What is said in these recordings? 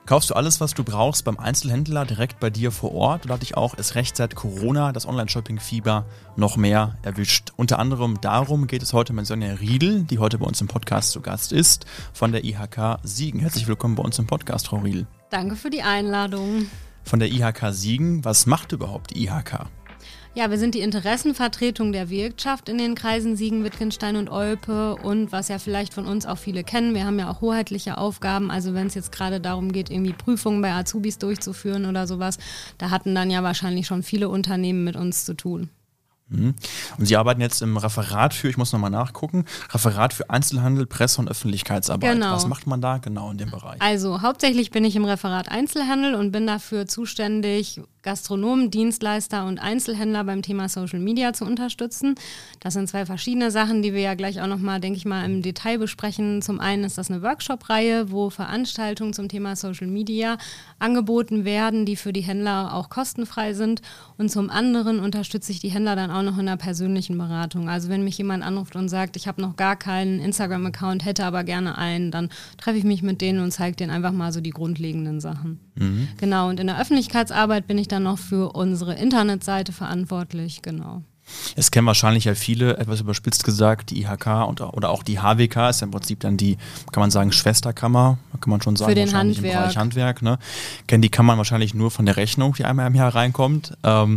Kaufst du alles, was du brauchst beim Einzelhändler direkt bei dir vor Ort oder hat dich auch erst recht seit Corona das Online-Shopping-Fieber noch mehr erwischt? Unter anderem darum geht es heute mit Sonja Riedl, die heute bei uns im Podcast zu Gast ist, von der IHK Siegen. Herzlich willkommen bei uns im Podcast, Frau Riedl. Danke für die Einladung. Von der IHK Siegen, was macht überhaupt die IHK? Ja, wir sind die Interessenvertretung der Wirtschaft in den Kreisen Siegen, Wittgenstein und Olpe und was ja vielleicht von uns auch viele kennen, wir haben ja auch hoheitliche Aufgaben, also wenn es jetzt gerade darum geht, irgendwie Prüfungen bei Azubis durchzuführen oder sowas, da hatten dann ja wahrscheinlich schon viele Unternehmen mit uns zu tun. Und Sie arbeiten jetzt im Referat für, ich muss nochmal nachgucken, Referat für Einzelhandel, Presse- und Öffentlichkeitsarbeit. Genau. Was macht man da genau in dem Bereich? Also hauptsächlich bin ich im Referat Einzelhandel und bin dafür zuständig, Gastronomen, Dienstleister und Einzelhändler beim Thema Social Media zu unterstützen. Das sind zwei verschiedene Sachen, die wir ja gleich auch nochmal, denke ich mal, im Detail besprechen. Zum einen ist das eine Workshop-Reihe, wo Veranstaltungen zum Thema Social Media angeboten werden, die für die Händler auch kostenfrei sind. Und zum anderen unterstütze ich die Händler dann auch noch in einer persönlichen Beratung. Also wenn mich jemand anruft und sagt, ich habe noch gar keinen Instagram-Account, hätte aber gerne einen, dann treffe ich mich mit denen und zeige denen einfach mal so die grundlegenden Sachen. Genau, und in der Öffentlichkeitsarbeit bin ich dann noch für unsere Internetseite verantwortlich, genau. Es kennen wahrscheinlich ja viele, etwas überspitzt gesagt, die IHK oder auch die HWK ist ja im Prinzip dann die, kann man sagen, Schwesterkammer, kann man schon sagen, für den wahrscheinlich Handwerk. Im Bereich Handwerk. Ne? Kennen die Kammern wahrscheinlich nur von der Rechnung, die einmal im Jahr reinkommt.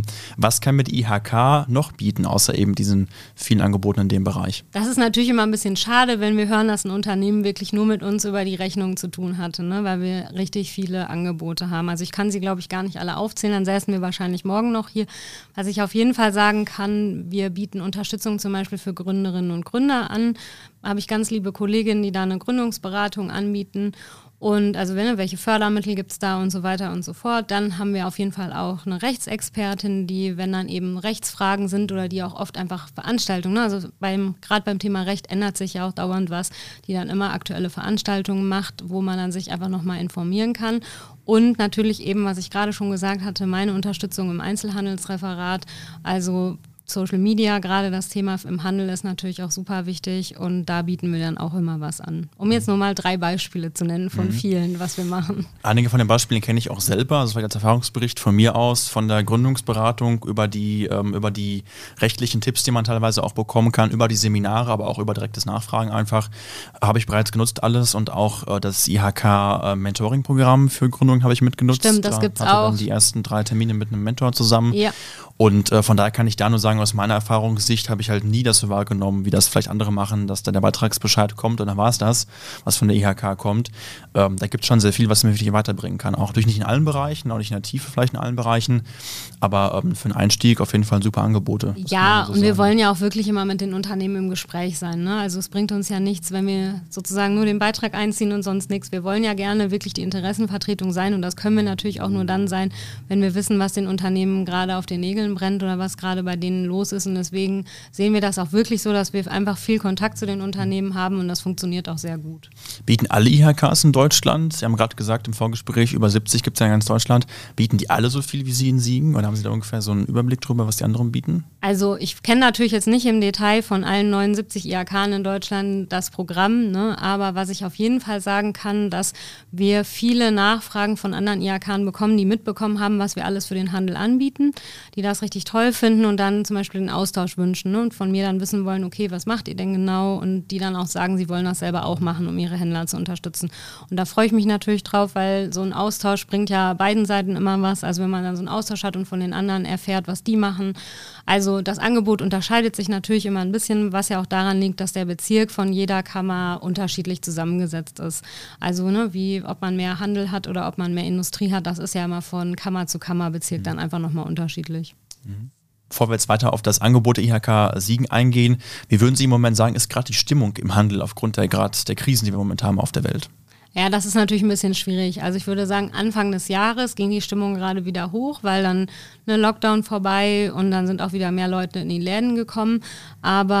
Was kann mir die IHK noch bieten, außer eben diesen vielen Angeboten in dem Bereich? Das ist natürlich immer ein bisschen schade, wenn wir hören, dass ein Unternehmen wirklich nur mit uns über die Rechnung zu tun hatte, ne? Weil wir richtig viele Angebote haben. Also ich kann sie, glaube ich, gar nicht alle aufzählen, dann säßen wir wahrscheinlich morgen noch hier. Was ich auf jeden Fall sagen kann, wir bieten Unterstützung zum Beispiel für Gründerinnen und Gründer an. Da habe ich ganz liebe Kolleginnen, die da eine Gründungsberatung anbieten. Und also welche Fördermittel gibt es da und so weiter und so fort. Dann haben wir auf jeden Fall auch eine Rechtsexpertin, die, wenn dann eben Rechtsfragen sind oder die auch oft einfach Veranstaltungen, ne? Also gerade beim Thema Recht ändert sich ja auch dauernd was, die dann immer aktuelle Veranstaltungen macht, wo man dann sich einfach nochmal informieren kann. Und natürlich eben, was ich gerade schon gesagt hatte, meine Unterstützung im Einzelhandelsreferat, also Social Media, gerade das Thema im Handel ist natürlich auch super wichtig und da bieten wir dann auch immer was an. Um jetzt nur mal 3 Beispiele zu nennen von vielen, was wir machen. Einige von den Beispielen kenne ich auch selber, also vielleicht als Erfahrungsbericht von mir aus, von der Gründungsberatung über die rechtlichen Tipps, die man teilweise auch bekommen kann, über die Seminare, aber auch über direktes Nachfragen einfach, habe ich bereits genutzt alles und auch das IHK-Mentoring-Programm für Gründung habe ich mitgenutzt. Stimmt, das gibt's hatte auch. Dann die ersten 3 Termine mit einem Mentor zusammen. Ja. Und von daher kann ich da nur sagen, aus meiner Erfahrungssicht habe ich halt nie das so wahrgenommen, wie das vielleicht andere machen, dass dann der Beitragsbescheid kommt und dann war es das, was von der IHK kommt. Da gibt es schon sehr viel, was mir wirklich weiterbringen kann. Auch durch nicht in allen Bereichen, auch nicht in der Tiefe vielleicht in allen Bereichen, aber für einen Einstieg auf jeden Fall super Angebote. Ja, so und wir wollen ja auch wirklich immer mit den Unternehmen im Gespräch sein, ne? Also es bringt uns ja nichts, wenn wir sozusagen nur den Beitrag einziehen und sonst nichts. Wir wollen ja gerne wirklich die Interessenvertretung sein und das können wir natürlich auch nur dann sein, wenn wir wissen, was den Unternehmen gerade auf den Nägeln brennt oder was gerade bei denen los ist und deswegen sehen wir das auch wirklich so, dass wir einfach viel Kontakt zu den Unternehmen haben und das funktioniert auch sehr gut. Bieten alle IHKs in Deutschland, Sie haben gerade gesagt im Vorgespräch, über 70 gibt es ja in ganz Deutschland, bieten die alle so viel wie Sie in Siegen oder haben Sie da ungefähr so einen Überblick drüber, was die anderen bieten? Also ich kenne natürlich jetzt nicht im Detail von allen 79 IHKs in Deutschland das Programm, ne? Aber was ich auf jeden Fall sagen kann, dass wir viele Nachfragen von anderen IHKs bekommen, die mitbekommen haben, was wir alles für den Handel anbieten, die das richtig toll finden und dann zum Beispiel den Austausch wünschen, ne? Und von mir dann wissen wollen, okay, was macht ihr denn genau? Und die dann auch sagen, sie wollen das selber auch machen, um ihre Händler zu unterstützen. Und da freue ich mich natürlich drauf, weil so ein Austausch bringt ja beiden Seiten immer was. Also wenn man dann so einen Austausch hat und von den anderen erfährt, was die machen. Also das Angebot unterscheidet sich natürlich immer ein bisschen, was ja auch daran liegt, dass der Bezirk von jeder Kammer unterschiedlich zusammengesetzt ist. Also wie ob man mehr Handel hat oder ob man mehr Industrie hat, das ist ja immer von Kammer zu Kammerbezirk dann einfach nochmal unterschiedlich. Bevor wir jetzt weiter auf das Angebot der IHK Siegen eingehen, wie würden Sie im Moment sagen, ist gerade die Stimmung im Handel aufgrund der Krisen, die wir momentan haben auf der Welt? Ja, das ist natürlich ein bisschen schwierig. Also ich würde sagen, Anfang des Jahres ging die Stimmung gerade wieder hoch, weil dann Lockdown vorbei und dann sind auch wieder mehr Leute in die Läden gekommen. Aber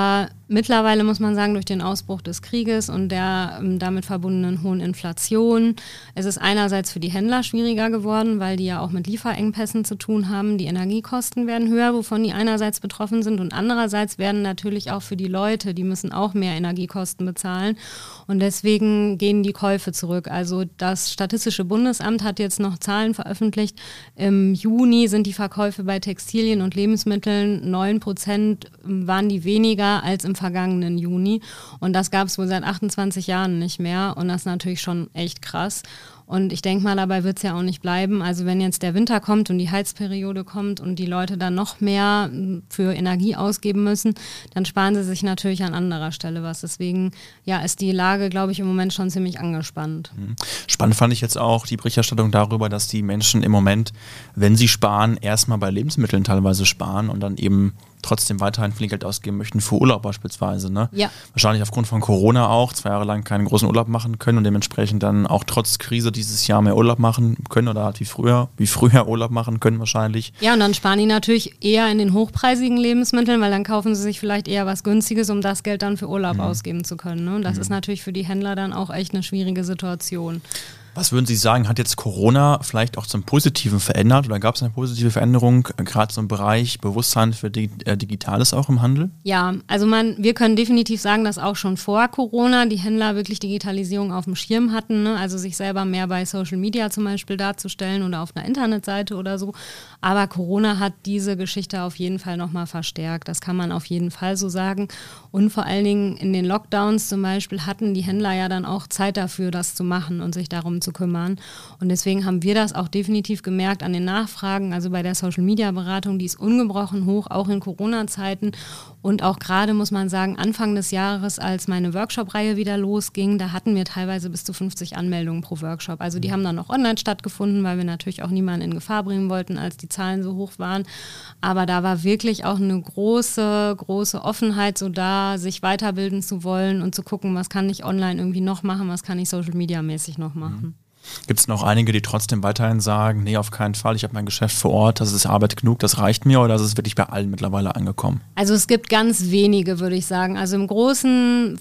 mittlerweile muss man sagen, durch den Ausbruch des Krieges und der damit verbundenen hohen Inflation, es ist einerseits für die Händler schwieriger geworden, weil die ja auch mit Lieferengpässen zu tun haben. Die Energiekosten werden höher, wovon die einerseits betroffen sind und andererseits werden natürlich auch für die Leute, die müssen auch mehr Energiekosten bezahlen und deswegen gehen die Käufe zurück. Also das Statistische Bundesamt hat jetzt noch Zahlen veröffentlicht. Im Juni sind die Verkäufe bei Textilien und Lebensmitteln 9% waren die weniger als im vergangenen Juni und das gab es wohl seit 28 Jahren nicht mehr und das ist natürlich schon echt krass. Und ich denke mal, dabei wird es ja auch nicht bleiben. Also wenn jetzt der Winter kommt und die Heizperiode kommt und die Leute dann noch mehr für Energie ausgeben müssen, dann sparen sie sich natürlich an anderer Stelle was. Deswegen ist die Lage, glaube ich, im Moment schon ziemlich angespannt. Spannend fand ich jetzt auch die Berichterstattung darüber, dass die Menschen im Moment, wenn sie sparen, erstmal bei Lebensmitteln teilweise sparen und dann eben trotzdem weiterhin viel Geld ausgeben möchten für Urlaub beispielsweise. Ne? Ja. Wahrscheinlich aufgrund von Corona auch 2 Jahre lang keinen großen Urlaub machen können und dementsprechend dann auch trotz Krise dieses Jahr mehr Urlaub machen können oder halt wie früher Urlaub machen können wahrscheinlich. Ja, und dann sparen die natürlich eher in den hochpreisigen Lebensmitteln, weil dann kaufen sie sich vielleicht eher was Günstiges, um das Geld dann für Urlaub ausgeben zu können. Ne? Und das ist natürlich für die Händler dann auch echt eine schwierige Situation. Was würden Sie sagen, hat jetzt Corona vielleicht auch zum Positiven verändert oder gab es eine positive Veränderung, gerade so im Bereich Bewusstsein für Digitales auch im Handel? Ja, also wir können definitiv sagen, dass auch schon vor Corona die Händler wirklich Digitalisierung auf dem Schirm hatten, ne? Also sich selber mehr bei Social Media zum Beispiel darzustellen oder auf einer Internetseite oder so. Aber Corona hat diese Geschichte auf jeden Fall nochmal verstärkt, das kann man auf jeden Fall so sagen. Und vor allen Dingen in den Lockdowns zum Beispiel hatten die Händler ja dann auch Zeit dafür, das zu machen und sich darum zu kümmern. Und deswegen haben wir das auch definitiv gemerkt an den Nachfragen, also bei der Social-Media-Beratung, die ist ungebrochen hoch, auch in Corona-Zeiten. Und auch gerade, muss man sagen, Anfang des Jahres, als meine Workshop-Reihe wieder losging, da hatten wir teilweise bis zu 50 Anmeldungen pro Workshop. Also die haben dann noch online stattgefunden, weil wir natürlich auch niemanden in Gefahr bringen wollten, als die Zahlen so hoch waren. Aber da war wirklich auch eine große Offenheit so da, sich weiterbilden zu wollen und zu gucken, was kann ich online irgendwie noch machen, was kann ich Social-Media-mäßig noch machen. Gibt es noch einige, die trotzdem weiterhin sagen, nee, auf keinen Fall, ich habe mein Geschäft vor Ort, das ist Arbeit genug, das reicht mir, oder ist es wirklich bei allen mittlerweile angekommen? Also es gibt ganz wenige, würde ich sagen. Also im Großen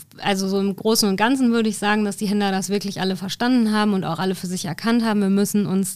und Ganzen würde ich sagen, dass die Händler das wirklich alle verstanden haben und auch alle für sich erkannt haben, wir müssen uns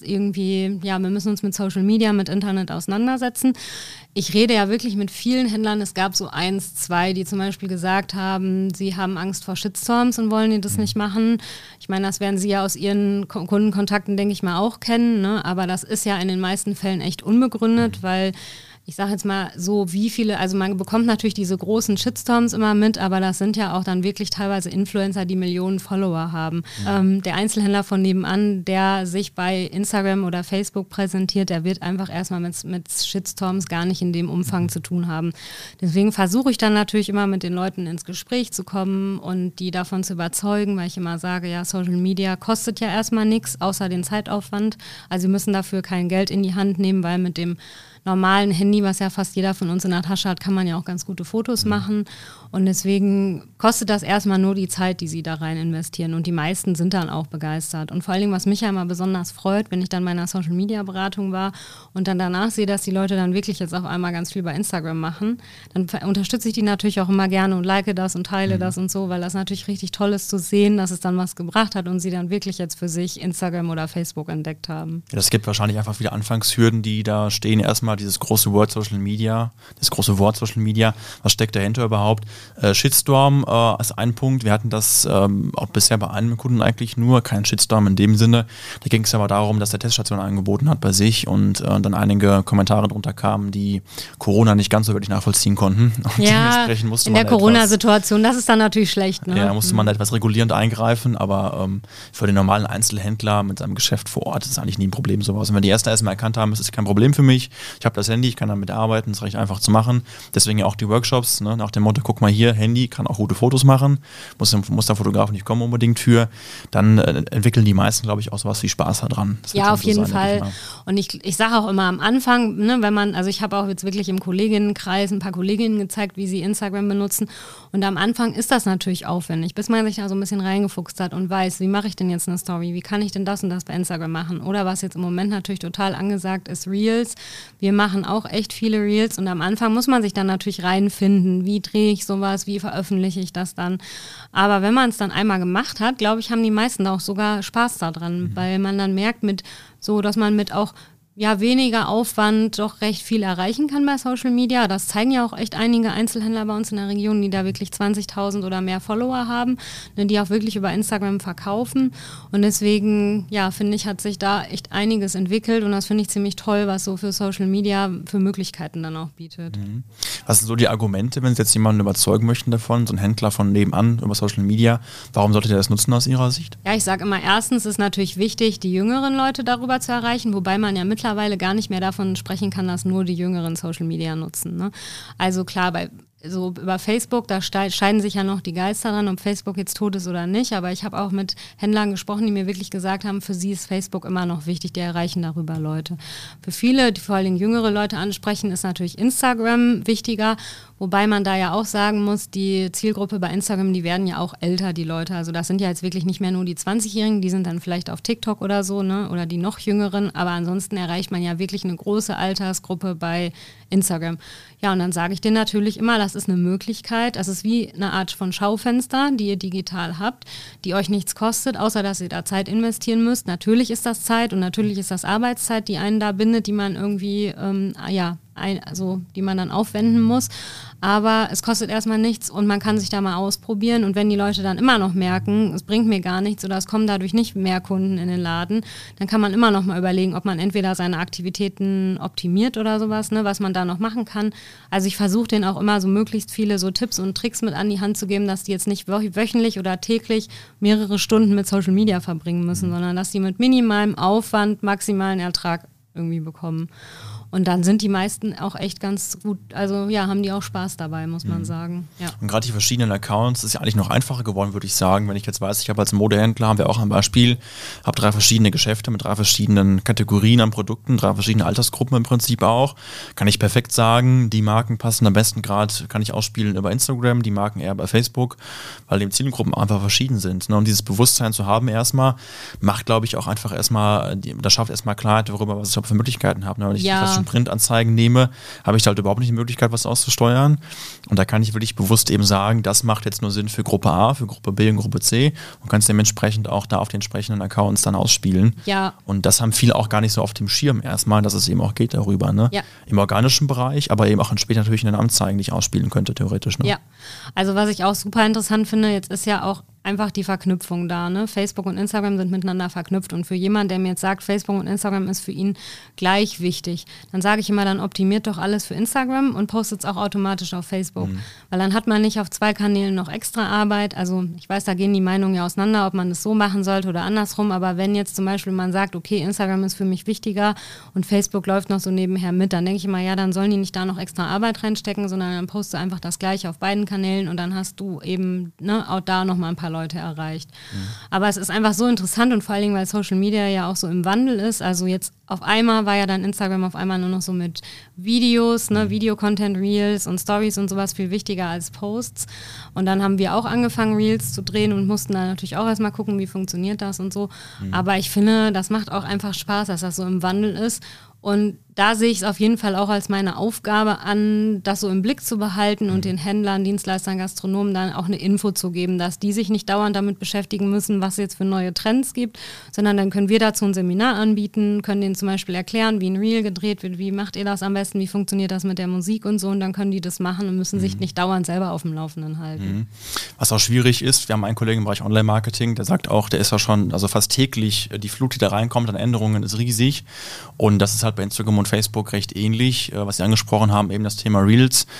mit Social Media, mit Internet auseinandersetzen. Ich rede ja wirklich mit vielen Händlern, es gab so 1, 2, die zum Beispiel gesagt haben, sie haben Angst vor Shitstorms und wollen das nicht machen. Ich meine, das werden sie ja aus ihren Kundenkontakten, denke ich mal, auch kennen, ne? Aber das ist ja in den meisten Fällen echt unbegründet, weil ich sage jetzt mal so, wie viele, also man bekommt natürlich diese großen Shitstorms immer mit, aber das sind ja auch dann wirklich teilweise Influencer, die Millionen Follower haben. Ja. Der Einzelhändler von nebenan, der sich bei Instagram oder Facebook präsentiert, der wird einfach erstmal mit Shitstorms gar nicht in dem Umfang zu tun haben. Deswegen versuche ich dann natürlich immer mit den Leuten ins Gespräch zu kommen und die davon zu überzeugen, weil ich immer sage, ja, Social Media kostet ja erstmal nichts, außer den Zeitaufwand. Also sie müssen dafür kein Geld in die Hand nehmen, weil mit dem normalen Handy, was ja fast jeder von uns in der Tasche hat, kann man ja auch ganz gute Fotos machen. Und deswegen kostet das erstmal nur die Zeit, die sie da rein investieren. Und die meisten sind dann auch begeistert. Und vor allen Dingen, was mich ja immer besonders freut, wenn ich dann bei einer Social-Media-Beratung war und dann danach sehe, dass die Leute dann wirklich jetzt auf einmal ganz viel bei Instagram machen, dann unterstütze ich die natürlich auch immer gerne und like das und teile das und so, weil das natürlich richtig toll ist zu sehen, dass es dann was gebracht hat und sie dann wirklich jetzt für sich Instagram oder Facebook entdeckt haben. Ja, das gibt wahrscheinlich einfach viele Anfangshürden, die da stehen. Erstmal dieses große Wort Social Media, was steckt dahinter überhaupt? Shitstorm ist ein Punkt. Wir hatten das auch bisher bei einem Kunden eigentlich nur, kein Shitstorm in dem Sinne. Da ging es aber darum, dass der Teststation angeboten hat bei sich und dann einige Kommentare drunter kamen, die Corona nicht ganz so wirklich nachvollziehen konnten. Und dementsprechend musste in man der Corona-Situation, das ist dann natürlich schlecht. Ne? Ja, musste man da etwas regulierend eingreifen, aber für den normalen Einzelhändler mit seinem Geschäft vor Ort ist es eigentlich nie ein Problem sowas. Und wenn die erstmal erkannt haben, es ist kein Problem für mich, ich habe das Handy, ich kann damit arbeiten, es ist recht einfach zu machen. Deswegen ja auch die Workshops, ne, nach dem Motto, guck mal hier, Handy, kann auch gute Fotos machen, muss der Fotograf nicht kommen unbedingt für, dann entwickeln die meisten, glaube ich, auch sowas wie Spaß daran. Ja, auf jeden Fall. Und ich sage auch immer am Anfang, ne, also ich habe auch jetzt wirklich im Kolleginnenkreis ein paar Kolleginnen gezeigt, wie sie Instagram benutzen. Und am Anfang ist das natürlich aufwendig, bis man sich da so ein bisschen reingefuchst hat und weiß, wie mache ich denn jetzt eine Story, wie kann ich denn das und das bei Instagram machen? Oder was jetzt im Moment natürlich total angesagt ist, Reels. Wir machen auch echt viele Reels und am Anfang muss man sich dann natürlich reinfinden, wie drehe ich sowas, wie veröffentliche ich das dann. Aber wenn man es dann einmal gemacht hat, glaube ich, haben die meisten auch sogar Spaß daran, weil man dann merkt, dass man mit auch weniger Aufwand doch recht viel erreichen kann bei Social Media. Das zeigen ja auch echt einige Einzelhändler bei uns in der Region, die da wirklich 20.000 oder mehr Follower haben, ne, die auch wirklich über Instagram verkaufen. Und deswegen, finde ich, hat sich da echt einiges entwickelt und das finde ich ziemlich toll, was so für Social Media für Möglichkeiten dann auch bietet. Was sind so die Argumente, wenn Sie jetzt jemanden überzeugen möchten davon, so ein Händler von nebenan über Social Media, warum sollte der das nutzen aus Ihrer Sicht? Ja, ich sage immer, erstens ist natürlich wichtig, die jüngeren Leute darüber zu erreichen, wobei man ja mittlerweile gar nicht mehr davon sprechen kann, dass nur die Jüngeren Social Media nutzen. Ne? Also klar, über Facebook, da scheiden sich ja noch die Geister dran, ob Facebook jetzt tot ist oder nicht, aber ich habe auch mit Händlern gesprochen, die mir wirklich gesagt haben, für sie ist Facebook immer noch wichtig, die erreichen darüber Leute. Für viele, die vor allem jüngere Leute ansprechen, ist natürlich Instagram wichtiger, wobei man da ja auch sagen muss, die Zielgruppe bei Instagram, die werden ja auch älter, die Leute, also das sind ja jetzt wirklich nicht mehr nur die 20-Jährigen, die sind dann vielleicht auf TikTok oder so, ne? Oder die noch Jüngeren, aber ansonsten erreicht man ja wirklich eine große Altersgruppe bei Instagram. Ja, und dann sage ich denen natürlich immer, das ist eine Möglichkeit, das ist wie eine Art von Schaufenster, die ihr digital habt, die euch nichts kostet, außer dass ihr da Zeit investieren müsst. Natürlich ist das Zeit und natürlich ist das Arbeitszeit, die einen da bindet, die man irgendwie, die man dann aufwenden muss. Aber es kostet erstmal nichts und man kann sich da mal ausprobieren. Und wenn die Leute dann immer noch merken, es bringt mir gar nichts oder es kommen dadurch nicht mehr Kunden in den Laden, dann kann man immer noch mal überlegen, ob man entweder seine Aktivitäten optimiert oder sowas, ne, was man da noch machen kann. Also ich versuche denen auch immer so möglichst viele so Tipps und Tricks mit an die Hand zu geben, dass die jetzt nicht wöchentlich oder täglich mehrere Stunden mit Social Media verbringen müssen, sondern dass die mit minimalem Aufwand maximalen Ertrag irgendwie bekommen. Und dann sind die meisten auch echt ganz gut, also haben die auch Spaß dabei, muss man sagen. Ja. Und gerade die verschiedenen Accounts ist ja eigentlich noch einfacher geworden, würde ich sagen. Wenn ich jetzt weiß, ich habe als Modehändler, haben wir auch ein Beispiel, habe 3 verschiedene Geschäfte mit 3 verschiedenen Kategorien an Produkten, 3 verschiedene Altersgruppen im Prinzip auch. Kann ich perfekt sagen, die Marken passen am besten gerade, kann ich ausspielen über Instagram, die Marken eher bei Facebook, weil die Zielgruppen einfach verschieden sind. Und dieses Bewusstsein zu haben erstmal, macht, glaube ich, auch einfach erstmal, das schafft erstmal Klarheit darüber, was ich für Möglichkeiten habe. Wenn ich Printanzeigen nehme, habe ich halt überhaupt nicht die Möglichkeit, was auszusteuern. Und da kann ich wirklich bewusst eben sagen, das macht jetzt nur Sinn für Gruppe A, für Gruppe B und Gruppe C und kann es dementsprechend auch da auf den entsprechenden Accounts dann ausspielen. Ja. Und das haben viele auch gar nicht so auf dem Schirm erstmal, dass es eben auch geht darüber. Ne? Ja. Im organischen Bereich, aber eben auch später natürlich in den Anzeigen, die ich ausspielen könnte, theoretisch. Ne? Ja, also was ich auch super interessant finde, jetzt ist ja auch einfach die Verknüpfung da. Ne? Facebook und Instagram sind miteinander verknüpft und für jemanden, der mir jetzt sagt, Facebook und Instagram ist für ihn gleich wichtig, dann sage ich immer, dann optimiert doch alles für Instagram und postet es auch automatisch auf Facebook. Weil dann hat man nicht auf 2 Kanälen noch extra Arbeit. Also ich weiß, da gehen die Meinungen ja auseinander, ob man das so machen sollte oder andersrum, aber wenn jetzt zum Beispiel man sagt, okay, Instagram ist für mich wichtiger und Facebook läuft noch so nebenher mit, dann denke ich immer, ja, dann sollen die nicht da noch extra Arbeit reinstecken, sondern dann postest du einfach das Gleiche auf beiden Kanälen und dann hast du eben auch da nochmal ein paar Leute erreicht. Aber es ist einfach so interessant und vor allen Dingen, weil Social Media ja auch so im Wandel ist. Also jetzt auf einmal war ja dann Instagram auf einmal nur noch so mit Videos, ne, Video-Content, Reels und Stories und sowas viel wichtiger als Posts. Und dann haben wir auch angefangen, Reels zu drehen und mussten dann natürlich auch erstmal gucken, wie funktioniert das und so. Aber ich finde, das macht auch einfach Spaß, dass das so im Wandel ist. Und da sehe ich es auf jeden Fall auch als meine Aufgabe an, das so im Blick zu behalten und den Händlern, Dienstleistern, Gastronomen dann auch eine Info zu geben, dass die sich nicht dauernd damit beschäftigen müssen, was es jetzt für neue Trends gibt, sondern dann können wir dazu ein Seminar anbieten, können denen zum Beispiel erklären, wie ein Reel gedreht wird, wie macht ihr das am besten, wie funktioniert das mit der Musik und so, und dann können die das machen und müssen sich nicht dauernd selber auf dem Laufenden halten. Was auch schwierig ist, wir haben einen Kollegen im Bereich Online-Marketing, der sagt auch, der ist ja schon, also fast täglich, die Flut, die da reinkommt an Änderungen, ist riesig, und das ist halt bei Instagram und Facebook recht ähnlich, was Sie angesprochen haben, eben das Thema Reels.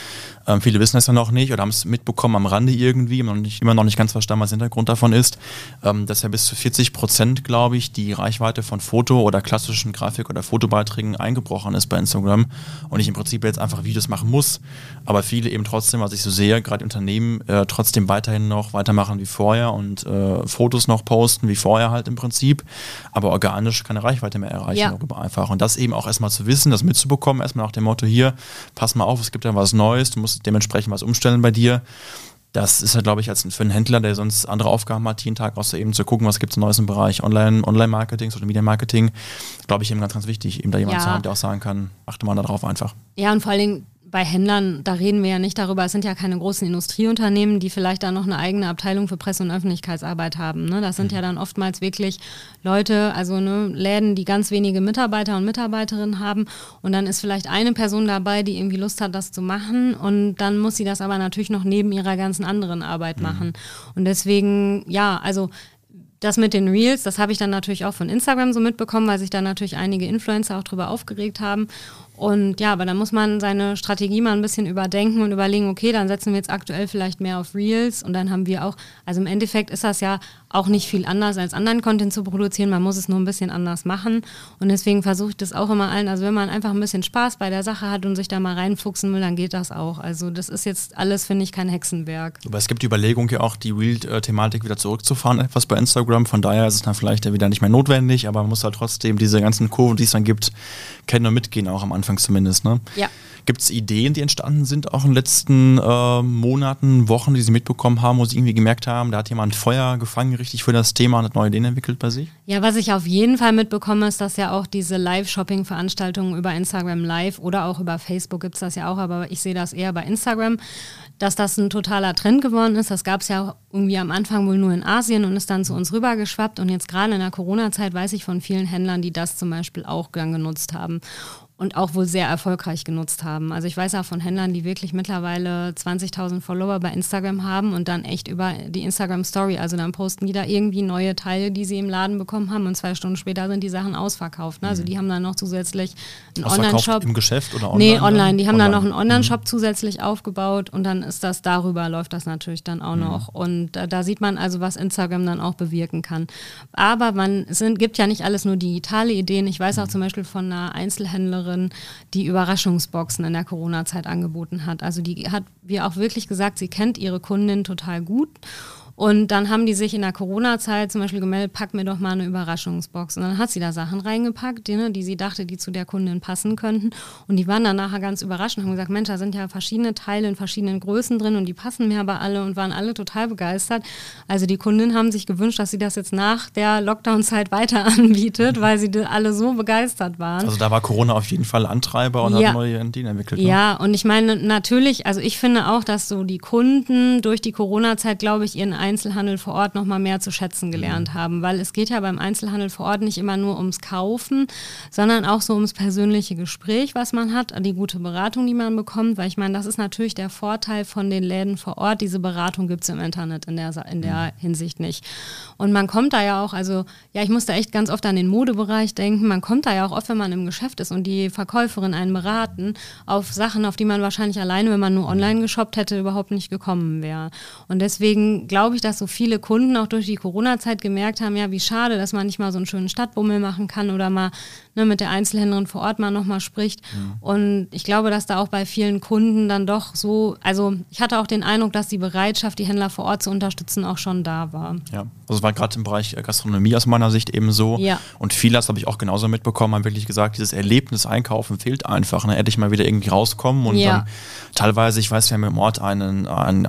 Viele wissen es ja noch nicht oder haben es mitbekommen am Rande irgendwie, immer noch nicht ganz verstanden, was der Hintergrund davon ist, dass ja bis zu 40%, glaube ich, die Reichweite von Foto- oder klassischen Grafik- oder Fotobeiträgen eingebrochen ist bei Instagram und ich im Prinzip jetzt einfach Videos machen muss, aber viele eben trotzdem, was ich so sehe, gerade Unternehmen, trotzdem weiterhin noch weitermachen wie vorher und Fotos noch posten wie vorher halt im Prinzip, aber organisch keine Reichweite mehr erreichen darüber einfach. Und das eben auch erstmal zu wissen, das mitzubekommen, erstmal nach dem Motto hier, pass mal auf, es gibt ja was Neues, du musst dementsprechend was umstellen bei dir. Das ist ja, glaube ich, für einen Händler, der sonst andere Aufgaben hat, jeden Tag außer eben zu gucken, was gibt es Neues im Bereich Online-Marketing, Social Media Marketing, glaube ich eben ganz, ganz wichtig, eben da jemanden zu haben, der auch sagen kann, achte mal darauf einfach. Ja, und vor allen Dingen bei Händlern, da reden wir ja nicht darüber, es sind ja keine großen Industrieunternehmen, die vielleicht da noch eine eigene Abteilung für Presse- und Öffentlichkeitsarbeit haben. Ne? Das sind ja dann oftmals wirklich Leute, also Läden, die ganz wenige Mitarbeiter und Mitarbeiterinnen haben und dann ist vielleicht eine Person dabei, die irgendwie Lust hat, das zu machen und dann muss sie das aber natürlich noch neben ihrer ganzen anderen Arbeit machen. Und deswegen, ja, also das mit den Reels, das habe ich dann natürlich auch von Instagram so mitbekommen, weil sich da natürlich einige Influencer auch drüber aufgeregt haben. Und ja, aber da muss man seine Strategie mal ein bisschen überdenken und überlegen, okay, dann setzen wir jetzt aktuell vielleicht mehr auf Reels und dann haben wir auch, also im Endeffekt ist das ja auch nicht viel anders als anderen Content zu produzieren, man muss es nur ein bisschen anders machen und deswegen versuche ich das auch immer allen, also wenn man einfach ein bisschen Spaß bei der Sache hat und sich da mal reinfuchsen will, dann geht das auch. Also das ist jetzt alles, finde ich, kein Hexenwerk. Aber es gibt die Überlegung ja auch, die Reel-Thematik wieder zurückzufahren, etwas bei Instagram, von daher ist es dann vielleicht ja wieder nicht mehr notwendig, aber man muss halt trotzdem diese ganzen Kurven, die es dann gibt, kennen und mitgehen, auch am Anfang zumindest. Ne? Ja. Gibt es Ideen, die entstanden sind, auch in den letzten Monaten, Wochen, die Sie mitbekommen haben, wo Sie irgendwie gemerkt haben, da hat jemand Feuer gefangen, richtig für das Thema und hat neue Ideen entwickelt bei sich? Ja, was ich auf jeden Fall mitbekomme, ist, dass ja auch diese Live-Shopping-Veranstaltungen über Instagram Live oder auch über Facebook gibt es das ja auch, aber ich sehe das eher bei Instagram, dass das ein totaler Trend geworden ist. Das gab es ja irgendwie am Anfang wohl nur in Asien und ist dann zu uns rübergeschwappt und jetzt gerade in der Corona-Zeit weiß ich von vielen Händlern, die das zum Beispiel auch gern genutzt haben. Und auch wohl sehr erfolgreich genutzt haben. Also ich weiß auch von Händlern, die wirklich mittlerweile 20.000 Follower bei Instagram haben und dann echt über die Instagram-Story, also dann posten die da irgendwie neue Teile, die sie im Laden bekommen haben und 2 Stunden später sind die Sachen ausverkauft. Ne? Also die haben dann noch zusätzlich einen Online-Shop. Im Geschäft oder online? Nee, online. Die haben dann noch einen Online-Shop zusätzlich aufgebaut und dann ist das darüber, läuft das natürlich dann auch noch. Und da sieht man also, was Instagram dann auch bewirken kann. Aber gibt ja nicht alles nur digitale Ideen. Ich weiß auch zum Beispiel von einer Einzelhändlerin, die Überraschungsboxen in der Corona-Zeit angeboten hat. Also die hat mir auch wirklich gesagt, sie kennt ihre Kundin total gut. Und dann haben die sich in der Corona-Zeit zum Beispiel gemeldet, pack mir doch mal eine Überraschungsbox. Und dann hat sie da Sachen reingepackt, die sie dachte, die zu der Kundin passen könnten. Und die waren dann nachher ganz überrascht und haben gesagt, Mensch, da sind ja verschiedene Teile in verschiedenen Größen drin und die passen mir aber alle und waren alle total begeistert. Also die Kundinnen haben sich gewünscht, dass sie das jetzt nach der Lockdown-Zeit weiter anbietet, weil sie alle so begeistert waren. Also da war Corona auf jeden Fall Antreiber und hat neue Ideen entwickelt. Ne? Ja, und ich meine natürlich, also ich finde auch, dass so die Kunden durch die Corona-Zeit, glaube ich, ihren Einzelhandel vor Ort noch mal mehr zu schätzen gelernt haben, weil es geht ja beim Einzelhandel vor Ort nicht immer nur ums Kaufen, sondern auch so ums persönliche Gespräch, was man hat, die gute Beratung, die man bekommt, weil ich meine, das ist natürlich der Vorteil von den Läden vor Ort, diese Beratung gibt es im Internet in der Hinsicht nicht. Und man kommt da ja auch, also ja, ich musste echt ganz oft an den Modebereich denken, man kommt da ja auch oft, wenn man im Geschäft ist und die Verkäuferin einen beraten, auf Sachen, auf die man wahrscheinlich alleine, wenn man nur online geshoppt hätte, überhaupt nicht gekommen wäre. Und deswegen glaube ich, dass so viele Kunden auch durch die Corona-Zeit gemerkt haben, ja, wie schade, dass man nicht mal so einen schönen Stadtbummel machen kann oder mal mit der Einzelhändlerin vor Ort mal nochmal spricht. Und ich glaube, dass da auch bei vielen Kunden dann doch so, also ich hatte auch den Eindruck, dass die Bereitschaft, die Händler vor Ort zu unterstützen, auch schon da war. Ja, also es war gerade im Bereich Gastronomie aus meiner Sicht eben so. Ja. Und viele, das habe ich auch genauso mitbekommen, haben wirklich gesagt, dieses Erlebnis Einkaufen fehlt einfach. Ne? Endlich mal wieder irgendwie rauskommen und dann teilweise, ich weiß, wir haben im Ort einen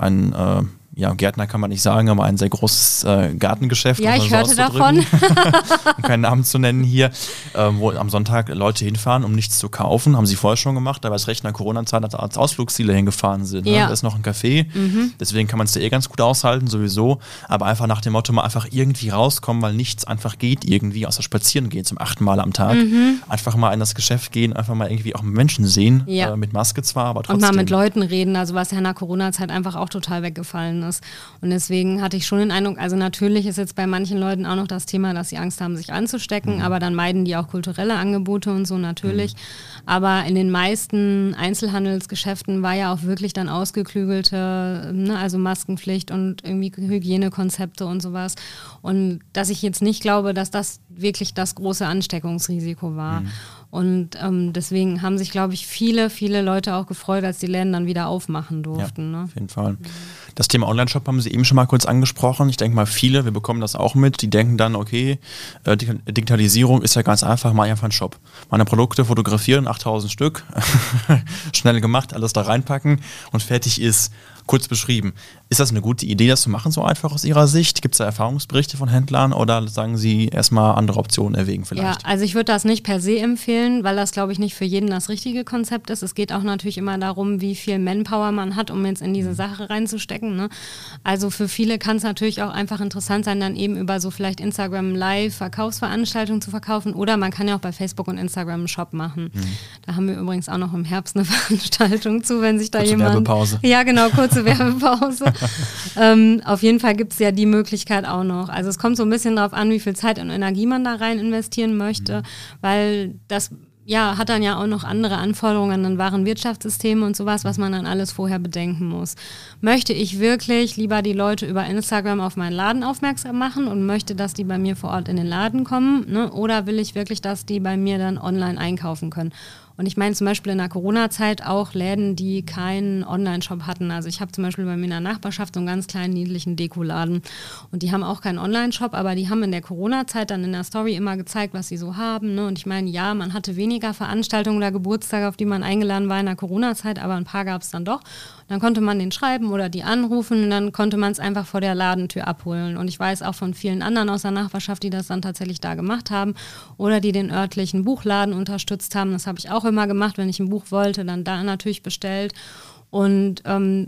Gärtner kann man nicht sagen, aber ein sehr großes Gartengeschäft. Ja, ich hörte davon. Um keinen Namen zu nennen hier, wo am Sonntag Leute hinfahren, um nichts zu kaufen. Haben sie vorher schon gemacht, aber es recht in der Corona-Zeit als Ausflugsziele hingefahren sind. Ne? Da ist noch ein Café, deswegen kann man es da ganz gut aushalten, sowieso. Aber einfach nach dem Motto mal einfach irgendwie rauskommen, weil nichts einfach geht irgendwie, außer spazieren gehen zum 8. Mal am Tag. Einfach mal in das Geschäft gehen, einfach mal irgendwie auch Menschen sehen, mit Maske zwar, aber trotzdem. Und mal mit Leuten reden, also was ja in der Corona-Zeit einfach auch total weggefallen Business. Und deswegen hatte ich schon den Eindruck, also natürlich ist jetzt bei manchen Leuten auch noch das Thema, dass sie Angst haben, sich anzustecken, aber dann meiden die auch kulturelle Angebote und so natürlich. Aber in den meisten Einzelhandelsgeschäften war ja auch wirklich dann ausgeklügelte, ne, also Maskenpflicht und irgendwie Hygienekonzepte und sowas. Und dass ich jetzt nicht glaube, dass das wirklich das große Ansteckungsrisiko war. Und deswegen haben sich, glaube ich, viele Leute auch gefreut, als die Läden dann wieder aufmachen durften. Ja, ne? Auf jeden Fall. Das Thema Online-Shop haben Sie eben schon mal kurz angesprochen. Ich denke mal, viele, wir bekommen das auch mit, die denken dann, okay, Digitalisierung ist ja ganz einfach, mal einfach einen Shop. Meine Produkte fotografieren, 8000 Stück, schnell gemacht, alles da reinpacken und fertig ist. Kurz beschrieben. Ist das eine gute Idee, das zu machen, so einfach aus Ihrer Sicht? Gibt es da Erfahrungsberichte von Händlern oder sagen Sie erstmal andere Optionen erwägen vielleicht? Ja, also ich würde das nicht per se empfehlen, weil das, glaube ich, nicht für jeden das richtige Konzept ist. Es geht auch natürlich immer darum, wie viel Manpower man hat, um jetzt in diese Sache reinzustecken. Ne? Also für viele kann es natürlich auch einfach interessant sein, dann eben über so vielleicht Instagram Live Verkaufsveranstaltungen zu verkaufen oder man kann ja auch bei Facebook und Instagram einen Shop machen. Da haben wir übrigens auch noch im Herbst eine Veranstaltung zu, wenn sich da kurze jemand... Werbepause. Ja, genau, kurze Werbepause. Auf jeden Fall gibt es ja die Möglichkeit auch noch. Also es kommt so ein bisschen darauf an, wie viel Zeit und Energie man da rein investieren möchte, weil das hat dann ja auch noch andere Anforderungen an Warenwirtschaftssysteme und sowas, was man dann alles vorher bedenken muss. Möchte ich wirklich lieber die Leute über Instagram auf meinen Laden aufmerksam machen und möchte, dass die bei mir vor Ort in den Laden kommen, ne? Oder will ich wirklich, dass die bei mir dann online einkaufen können? Und ich meine zum Beispiel in der Corona-Zeit auch Läden, die keinen Online-Shop hatten. Also ich habe zum Beispiel bei mir in der Nachbarschaft so einen ganz kleinen, niedlichen Dekoladen. Und die haben auch keinen Online-Shop, aber die haben in der Corona-Zeit dann in der Story immer gezeigt, was sie so haben. Ne? Und ich meine, ja, man hatte weniger Veranstaltungen oder Geburtstage, auf die man eingeladen war in der Corona-Zeit, aber ein paar gab es dann doch. Und dann konnte man den schreiben oder die anrufen und dann konnte man es einfach vor der Ladentür abholen. Und ich weiß auch von vielen anderen aus der Nachbarschaft, die das dann tatsächlich da gemacht haben oder die den örtlichen Buchladen unterstützt haben. Das habe ich auch immer gemacht, wenn ich ein Buch wollte, dann da natürlich bestellt. Und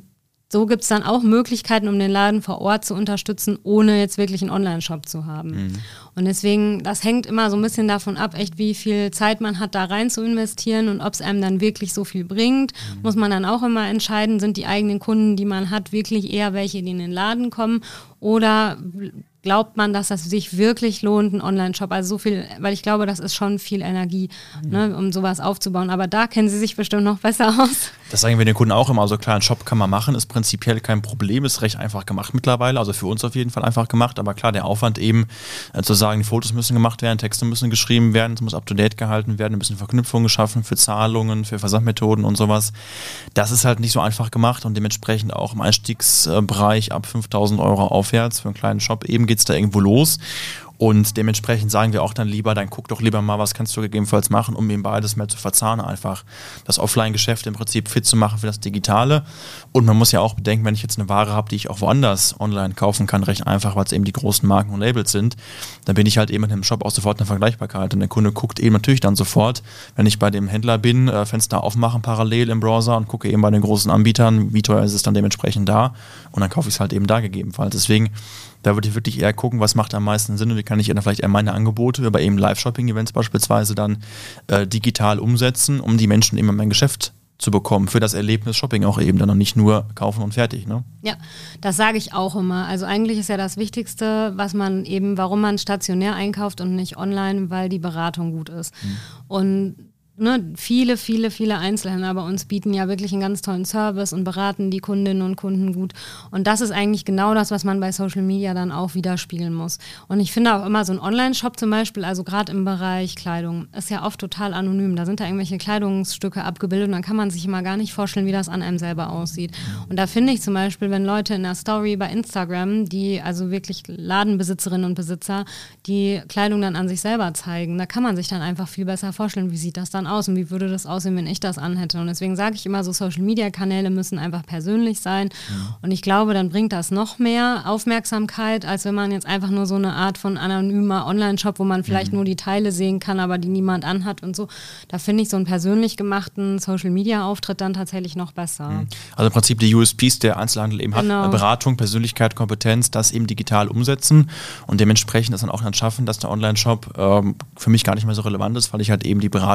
so gibt es dann auch Möglichkeiten, um den Laden vor Ort zu unterstützen, ohne jetzt wirklich einen Online-Shop zu haben. Und deswegen, das hängt immer so ein bisschen davon ab, echt wie viel Zeit man hat, da rein zu investieren und ob es einem dann wirklich so viel bringt. Muss man dann auch immer entscheiden, sind die eigenen Kunden, die man hat, wirklich eher welche, die in den Laden kommen oder glaubt man, dass das sich wirklich lohnt, ein Online-Shop? Also so viel, weil ich glaube, das ist schon viel Energie, ne, um sowas aufzubauen. Aber da kennen Sie sich bestimmt noch besser aus. Das sagen wir den Kunden auch immer. Also klar, einen Shop kann man machen, ist prinzipiell kein Problem, ist recht einfach gemacht mittlerweile. Also für uns auf jeden Fall einfach gemacht. Aber klar, der Aufwand eben zu sagen, die Fotos müssen gemacht werden, Texte müssen geschrieben werden, es muss up-to-date gehalten werden, ein bisschen Verknüpfungen geschaffen für Zahlungen, für Versandmethoden und sowas. Das ist halt nicht so einfach gemacht und dementsprechend auch im Einstiegsbereich ab 5.000 Euro aufwärts für einen kleinen Shop eben geht es da irgendwo los. Und dementsprechend sagen wir auch dann lieber, dann guck doch lieber mal, was kannst du gegebenenfalls machen, um eben beides mehr zu verzahnen, einfach das Offline-Geschäft im Prinzip fit zu machen für das Digitale. Und man muss ja auch bedenken, wenn ich jetzt eine Ware habe, die ich auch woanders online kaufen kann, recht einfach, weil es eben die großen Marken und Labels sind, dann bin ich halt eben in dem Shop auch sofort eine Vergleichbarkeit. Und der Kunde guckt eben natürlich dann sofort, wenn ich bei dem Händler bin, Fenster aufmachen parallel im Browser und gucke eben bei den großen Anbietern, wie teuer ist es dann dementsprechend da. Und dann kaufe ich es halt eben da gegebenenfalls. Deswegen, da würde ich wirklich eher gucken, was macht am meisten Sinn und wie kann ich dann vielleicht eher meine Angebote über eben Live-Shopping-Events beispielsweise dann digital umsetzen, um die Menschen eben in mein Geschäft zu bekommen, für das Erlebnis Shopping auch eben dann und nicht nur kaufen und fertig. Ne? Ja, das sage ich auch immer. Also eigentlich ist ja das Wichtigste, was man eben, warum man stationär einkauft und nicht online, weil die Beratung gut ist. Und viele Einzelhändler bei uns bieten ja wirklich einen ganz tollen Service und beraten die Kundinnen und Kunden gut. Und das ist eigentlich genau das, was man bei Social Media dann auch widerspiegeln muss. Und ich finde auch immer so ein Online-Shop zum Beispiel, also gerade im Bereich Kleidung, ist ja oft total anonym. Da sind da irgendwelche Kleidungsstücke abgebildet und dann kann man sich immer gar nicht vorstellen, wie das an einem selber aussieht. Und da finde ich zum Beispiel, wenn Leute in der Story bei Instagram, die also wirklich Ladenbesitzerinnen und Besitzer, die Kleidung dann an sich selber zeigen, da kann man sich dann einfach viel besser vorstellen, wie sieht das dann aus und wie würde das aussehen, wenn ich das anhätte. Und deswegen sage ich immer so, Social-Media-Kanäle müssen einfach persönlich sein. Und ich glaube, dann bringt das noch mehr Aufmerksamkeit, als wenn man jetzt einfach nur so eine Art von anonymer Online-Shop, wo man vielleicht nur die Teile sehen kann, aber die niemand anhat und so. Da finde ich so einen persönlich gemachten Social-Media-Auftritt dann tatsächlich noch besser. Also im Prinzip die USPs, der Einzelhandel eben hat, Beratung, Persönlichkeit, Kompetenz, das eben digital umsetzen und dementsprechend das dann auch dann schaffen, dass der Online-Shop für mich gar nicht mehr so relevant ist, weil ich halt eben die Beratung habe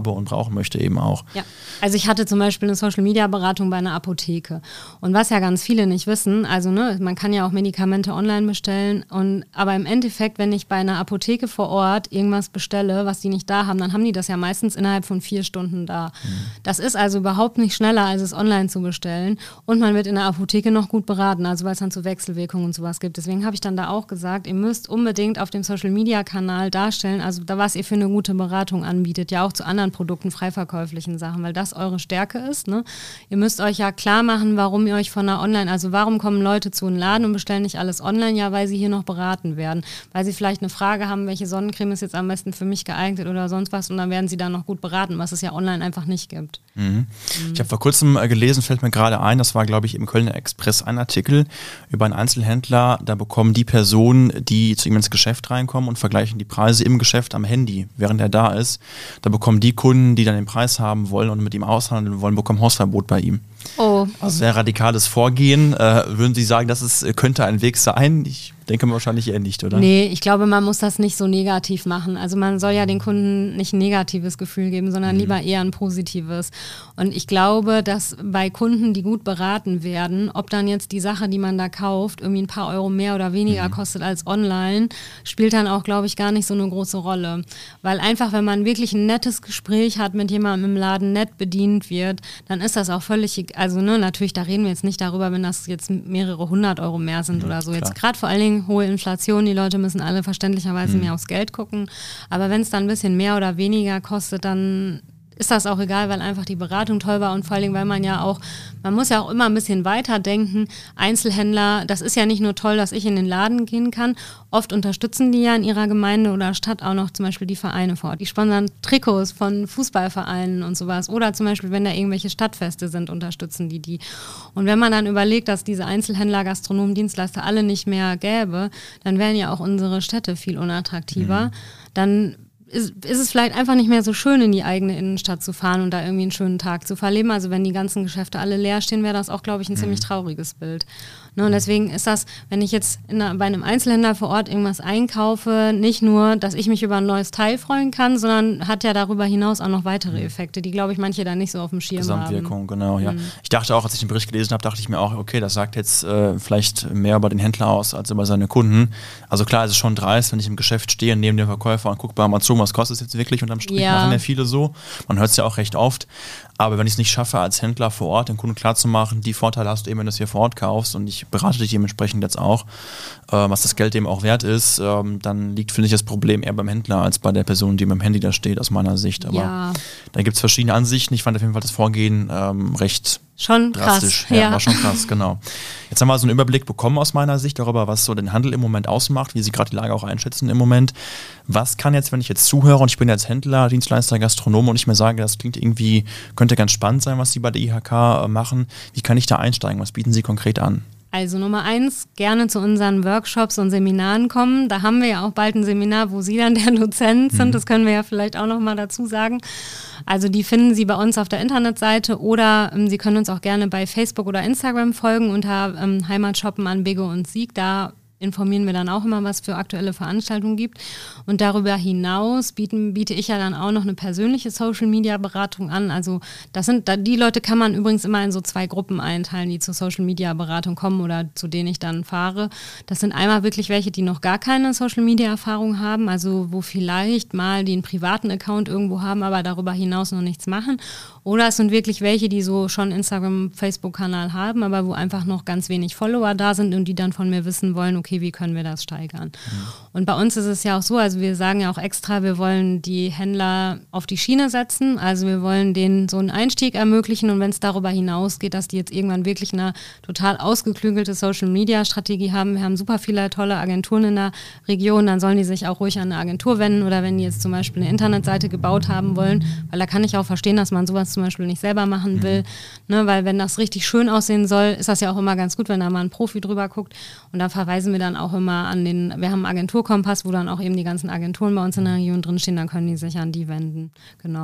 habe und brauchen möchte eben auch. Ja, also ich hatte zum Beispiel eine Social-Media-Beratung bei einer Apotheke. Und was ja ganz viele nicht wissen, also man kann ja auch Medikamente online bestellen, aber im Endeffekt, wenn ich bei einer Apotheke vor Ort irgendwas bestelle, was die nicht da haben, dann haben die das ja meistens innerhalb von 4 Stunden da. Das ist also überhaupt nicht schneller, als es online zu bestellen. Und man wird in der Apotheke noch gut beraten, also weil es dann zu Wechselwirkungen und sowas gibt. Deswegen habe ich dann da auch gesagt, ihr müsst unbedingt auf dem Social-Media-Kanal darstellen, also da was ihr für eine gute Beratung anbietet, ja auch zu anderen Produkten, freiverkäuflichen Sachen, weil das eure Stärke ist. Ne? Ihr müsst euch ja klar machen, warum ihr euch von einer also warum kommen Leute zu einem Laden und bestellen nicht alles online? Ja, weil sie hier noch beraten werden, weil sie vielleicht eine Frage haben, welche Sonnencreme ist jetzt am besten für mich geeignet oder sonst was und dann werden sie da noch gut beraten, was es ja online einfach nicht gibt. Ich habe vor kurzem gelesen, fällt mir gerade ein, das war glaube ich im Kölner Express ein Artikel über einen Einzelhändler, da bekommen die Personen, die zu ihm ins Geschäft reinkommen und vergleichen die Preise im Geschäft am Handy, während er da ist, da bekommen die Kunden, die dann den Preis haben wollen und mit ihm aushandeln wollen, bekommen Hausverbot bei ihm. Oh. Also sehr radikales Vorgehen. Würden Sie sagen, das könnte ein Weg sein? Ich denke mal wahrscheinlich eher nicht, oder? Nee, ich glaube, man muss das nicht so negativ machen. Also man soll ja den Kunden nicht ein negatives Gefühl geben, sondern lieber eher ein positives. Und ich glaube, dass bei Kunden, die gut beraten werden, ob dann jetzt die Sache, die man da kauft, irgendwie ein paar Euro mehr oder weniger kostet als online, spielt dann auch, glaube ich, gar nicht so eine große Rolle. Weil einfach, wenn man wirklich ein nettes Gespräch hat mit jemandem im Laden, nett bedient wird, dann ist das auch völlig, also natürlich, da reden wir jetzt nicht darüber, wenn das jetzt mehrere 100 Euro mehr sind oder so. Jetzt gerade vor allen Dingen hohe Inflation, die Leute müssen alle verständlicherweise mehr aufs Geld gucken. Aber wenn es dann ein bisschen mehr oder weniger kostet, dann ist das auch egal, weil einfach die Beratung toll war und vor allen Dingen, weil man muss ja auch immer ein bisschen weiter denken. Einzelhändler, das ist ja nicht nur toll, dass ich in den Laden gehen kann. Oft unterstützen die ja in ihrer Gemeinde oder Stadt auch noch zum Beispiel die Vereine vor Ort. Die sponsern Trikots von Fußballvereinen und sowas. Oder zum Beispiel, wenn da irgendwelche Stadtfeste sind, unterstützen die. Und wenn man dann überlegt, dass diese Einzelhändler, Gastronomen, Dienstleister alle nicht mehr gäbe, dann wären ja auch unsere Städte viel unattraktiver. Dann ist es vielleicht einfach nicht mehr so schön, in die eigene Innenstadt zu fahren und da irgendwie einen schönen Tag zu verleben. Also wenn die ganzen Geschäfte alle leer stehen, wäre das auch, glaube ich, ein ziemlich trauriges Bild. Ne, und deswegen ist das, wenn ich jetzt bei einem Einzelhändler vor Ort irgendwas einkaufe, nicht nur, dass ich mich über ein neues Teil freuen kann, sondern hat ja darüber hinaus auch noch weitere Effekte, die, glaube ich, manche da nicht so auf dem Schirm haben. Gesamtwirkung, genau, ja. Ich dachte auch, als ich den Bericht gelesen habe, dachte ich mir auch, okay, das sagt jetzt vielleicht mehr über den Händler aus, als über seine Kunden. Also klar, es ist schon dreist, wenn ich im Geschäft stehe, neben dem Verkäufer und gucke bei Amazon, was kostet es jetzt wirklich, unterm Strich machen ja viele so. Man hört es ja auch recht oft. Aber wenn ich es nicht schaffe, als Händler vor Ort den Kunden klarzumachen, die Vorteile hast du eben, wenn du es hier vor Ort kaufst und ich berate dich dementsprechend jetzt auch, was das Geld eben auch wert ist, dann liegt, finde ich, das Problem eher beim Händler als bei der Person, die mit dem Handy da steht, aus meiner Sicht. Aber da gibt es verschiedene Ansichten. Ich fand auf jeden Fall das Vorgehen recht schon drastisch. Krass. Ja, war schon krass, genau. Jetzt haben wir so einen Überblick bekommen aus meiner Sicht darüber, was so den Handel im Moment ausmacht, wie Sie gerade die Lage auch einschätzen im Moment. Was kann jetzt, wenn ich jetzt zuhöre und ich bin jetzt Händler, Dienstleister, Gastronom und ich mir sage, das klingt irgendwie, könnte ganz spannend sein, was Sie bei der IHK machen. Wie kann ich da einsteigen? Was bieten Sie konkret an? Also Nummer 1, gerne zu unseren Workshops und Seminaren kommen. Da haben wir ja auch bald ein Seminar, wo Sie dann der Dozent sind. Das können wir ja vielleicht auch noch mal dazu sagen. Also die finden Sie bei uns auf der Internetseite oder Sie können uns auch gerne bei Facebook oder Instagram folgen unter Heimatshoppen an Bigge und Sieg. Da informieren wir dann auch immer, was für aktuelle Veranstaltungen gibt. Und darüber hinaus biete ich ja dann auch noch eine persönliche Social-Media-Beratung an. Also die Leute kann man übrigens immer in so 2 Gruppen einteilen, die zur Social-Media-Beratung kommen oder zu denen ich dann fahre. Das sind einmal wirklich welche, die noch gar keine Social-Media-Erfahrung haben, also wo vielleicht mal die einen privaten Account irgendwo haben, aber darüber hinaus noch nichts machen. Oder es sind wirklich welche, die so schon Instagram, Facebook-Kanal haben, aber wo einfach noch ganz wenig Follower da sind und die dann von mir wissen wollen, okay, wie können wir das steigern? Und bei uns ist es ja auch so, also wir sagen ja auch extra, wir wollen die Händler auf die Schiene setzen, also wir wollen denen so einen Einstieg ermöglichen und wenn es darüber hinausgeht, dass die jetzt irgendwann wirklich eine total ausgeklügelte Social-Media-Strategie haben, wir haben super viele tolle Agenturen in der Region, dann sollen die sich auch ruhig an eine Agentur wenden oder wenn die jetzt zum Beispiel eine Internetseite gebaut haben wollen, weil da kann ich auch verstehen, dass man sowas zum Beispiel nicht selber machen will, ne, weil wenn das richtig schön aussehen soll, ist das ja auch immer ganz gut, wenn da mal ein Profi drüber guckt und da verweisen wir dann auch immer wir haben einen Agenturkompass, wo dann auch eben die ganzen Agenturen bei uns in der Region drinstehen, dann können die sich an die wenden, genau.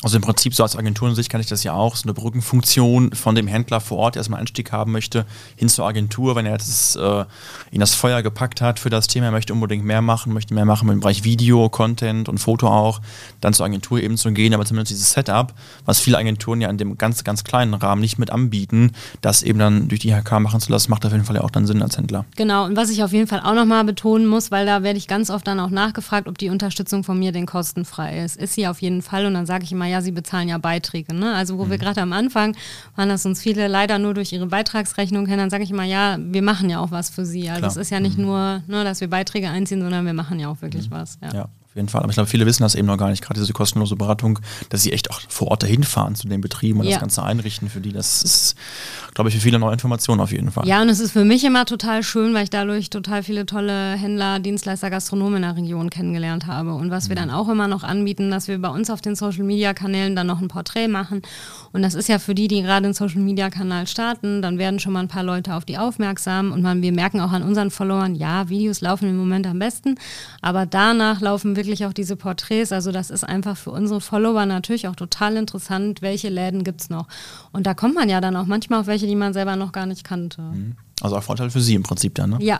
Also im Prinzip so als Agenturensicht kann ich das ja auch, so eine Brückenfunktion von dem Händler vor Ort, der erstmal einen Einstieg haben möchte, hin zur Agentur, wenn er jetzt in das Feuer gepackt hat für das Thema, er möchte unbedingt mehr machen im Bereich Video, Content und Foto auch, dann zur Agentur eben zu gehen, aber zumindest dieses Setup, was viele Agenturen ja in dem ganz, ganz kleinen Rahmen nicht mit anbieten, das eben dann durch die IHK machen zu lassen, macht auf jeden Fall ja auch dann Sinn als Händler. Genau, und was ich auf jeden Fall auch nochmal betonen muss, weil da werde ich ganz oft dann auch nachgefragt, ob die Unterstützung von mir denn kostenfrei ist. Ist sie auf jeden Fall und dann sage ich immer, ja, sie bezahlen ja Beiträge. Ne? Also wo wir gerade am Anfang waren, das uns viele leider nur durch ihre Beitragsrechnung kennen, dann sage ich immer, ja, wir machen ja auch was für sie. Also es ist ja nicht nur, dass wir Beiträge einziehen, sondern wir machen ja auch wirklich was. Ja. Auf jeden Fall. Aber ich glaube, viele wissen das eben noch gar nicht, gerade diese kostenlose Beratung, dass sie echt auch vor Ort dahin fahren zu den Betrieben und das Ganze einrichten für die. Das ist, glaube ich, für viele neue Informationen auf jeden Fall. Ja, und es ist für mich immer total schön, weil ich dadurch total viele tolle Händler, Dienstleister, Gastronomen in der Region kennengelernt habe. Und was wir dann auch immer noch anbieten, dass wir bei uns auf den Social-Media-Kanälen dann noch ein Porträt machen. Und das ist ja für die gerade einen Social-Media-Kanal starten, dann werden schon mal ein paar Leute auf die aufmerksam und wir merken auch an unseren Followern, ja, Videos laufen im Moment am besten, aber danach laufen wirklich auch diese Porträts, also das ist einfach für unsere Follower natürlich auch total interessant, welche Läden gibt es noch. Und da kommt man ja dann auch manchmal auf welche, die man selber noch gar nicht kannte. Also auch Vorteil für Sie im Prinzip dann, ne? Ja.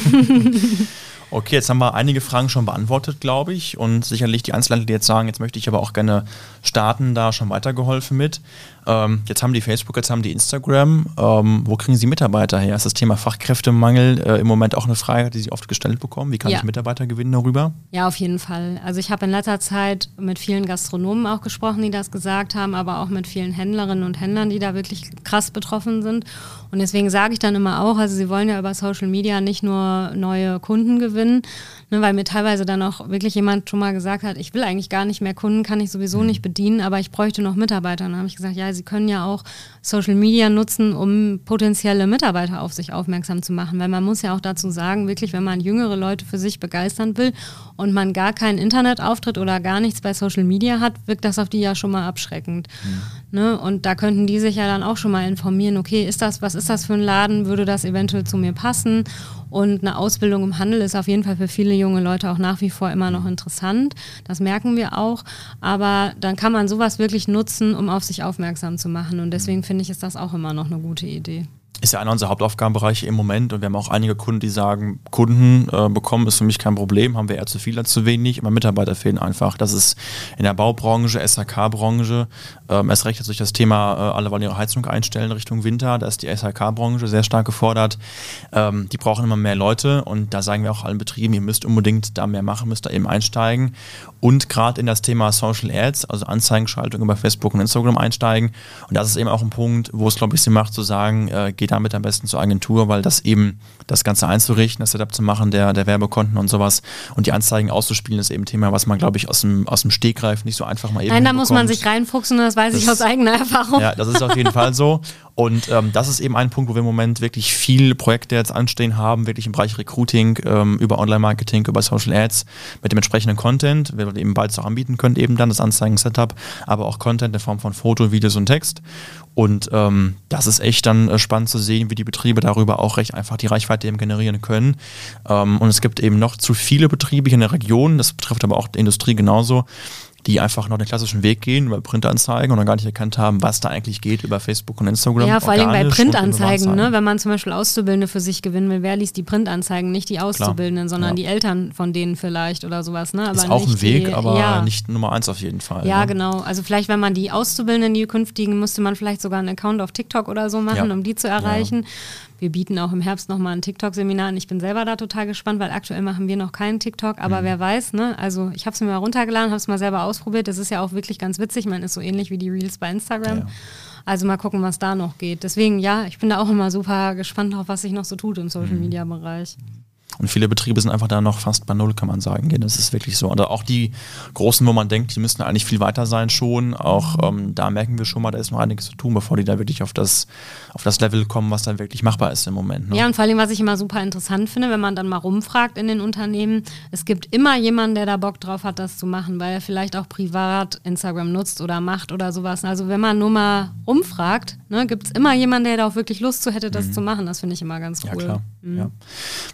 Okay, jetzt haben wir einige Fragen schon beantwortet, glaube ich. Und sicherlich die Einzelhändler, die jetzt sagen, jetzt möchte ich aber auch gerne starten, da schon weitergeholfen mit. Jetzt haben die Facebook, jetzt haben die Instagram. Wo kriegen Sie Mitarbeiter her? Ist das Thema Fachkräftemangel im Moment auch eine Frage, die Sie oft gestellt bekommen? Wie kann ich Mitarbeiter gewinnen darüber? Ja, auf jeden Fall. Also ich habe in letzter Zeit mit vielen Gastronomen auch gesprochen, die das gesagt haben, aber auch mit vielen Händlerinnen und Händlern, die da wirklich krass betroffen sind. Und deswegen sage ich dann immer auch, also sie wollen ja über Social Media nicht nur neue Kunden gewinnen, ne, weil mir teilweise dann auch wirklich jemand schon mal gesagt hat, ich will eigentlich gar nicht mehr Kunden, kann ich sowieso nicht bedienen, aber ich bräuchte noch Mitarbeiter. Und dann habe ich gesagt, ja, sie können ja auch Social Media nutzen, um potenzielle Mitarbeiter auf sich aufmerksam zu machen, weil man muss ja auch dazu sagen, wirklich, wenn man jüngere Leute für sich begeistern will und man gar keinen Internetauftritt oder gar nichts bei Social Media hat, wirkt das auf die ja schon mal abschreckend. Ne? Und da könnten die sich ja dann auch schon mal informieren, okay, was ist das für ein Laden, würde das eventuell zu mir passen? Und eine Ausbildung im Handel ist auf jeden Fall für viele junge Leute auch nach wie vor immer noch interessant. Das merken wir auch. Aber dann kann man sowas wirklich nutzen, um auf sich aufmerksam zu machen. Und deswegen finde ich, ist das auch immer noch eine gute Idee. Ist ja einer unserer Hauptaufgabenbereiche im Moment und wir haben auch einige Kunden, die sagen, Kunden bekommen ist für mich kein Problem, haben wir eher zu viel als zu wenig, aber Mitarbeiter fehlen einfach. Das ist in der Baubranche, SHK-Branche, erst recht, dass sich das Thema, alle wollen ihre Heizung einstellen Richtung Winter, da ist die SHK-Branche sehr stark gefordert. Die brauchen immer mehr Leute und da sagen wir auch allen Betrieben, ihr müsst unbedingt da mehr machen, müsst da eben einsteigen und gerade in das Thema Social Ads, also Anzeigenschaltung über Facebook und Instagram einsteigen und das ist eben auch ein Punkt, wo es glaube ich Sinn macht zu sagen, geht damit am besten zur Agentur, weil das eben das Ganze einzurichten, das Setup zu machen, der Werbekonten und sowas und die Anzeigen auszuspielen, ist eben ein Thema, was man, glaube ich, aus dem Stegreif nicht so einfach mal eben Nein, da muss man sich reinfuchsen, das weiß ich aus eigener Erfahrung. Ja, das ist auf jeden Fall so. Und das ist eben ein Punkt, wo wir im Moment wirklich viele Projekte jetzt anstehen haben, wirklich im Bereich Recruiting, über Online-Marketing, über Social Ads, mit dem entsprechenden Content, wir eben bald auch anbieten können, eben dann das Anzeigen-Setup, aber auch Content in Form von Foto, Videos und Text. Und das ist echt dann spannend zu sehen, wie die Betriebe darüber auch recht einfach die Reichweite eben generieren können. Und es gibt eben noch zu viele Betriebe hier in der Region, das betrifft aber auch die Industrie genauso, die einfach noch den klassischen Weg gehen über Printanzeigen und dann gar nicht erkannt haben, was da eigentlich geht über Facebook und Instagram. Ja, vor allem bei Printanzeigen, ne? Wenn man zum Beispiel Auszubildende für sich gewinnen will, wer liest die Printanzeigen? Nicht die Auszubildenden, sondern die Eltern von denen vielleicht oder sowas. Ne? Aber ist auch ein Weg, aber nicht Nummer 1 auf jeden Fall. Ja, genau. Also vielleicht, wenn man die Auszubildenden, die künftigen, müsste man vielleicht sogar einen Account auf TikTok oder so machen, um die zu erreichen. Ja. Wir bieten auch im Herbst nochmal ein TikTok-Seminar an. Ich bin selber da total gespannt, weil aktuell machen wir noch keinen TikTok, aber wer weiß, ne? Also ich habe es mir mal runtergeladen, habe es mal selber ausprobiert. Das ist ja auch wirklich ganz witzig. Man ist so ähnlich wie die Reels bei Instagram. Ja. Also mal gucken, was da noch geht. Deswegen, ja, ich bin da auch immer super gespannt drauf, was sich noch so tut im Social-Media-Bereich. Und viele Betriebe sind einfach da noch fast bei Null, kann man sagen. Das ist wirklich so. Und auch die Großen, wo man denkt, die müssten eigentlich viel weiter sein schon. Auch da merken wir schon mal, da ist noch einiges zu tun, bevor die da wirklich auf das Level kommen, was dann wirklich machbar ist im Moment. Ne? Ja, und vor allem, was ich immer super interessant finde, wenn man dann mal rumfragt in den Unternehmen, es gibt immer jemanden, der da Bock drauf hat, das zu machen, weil er vielleicht auch privat Instagram nutzt oder macht oder sowas. Also wenn man nur mal rumfragt, gibt es immer jemanden, der da auch wirklich Lust zu hätte, das zu machen. Das finde ich immer ganz cool. Ja, klar. Ja. Vielleicht zum Abschluss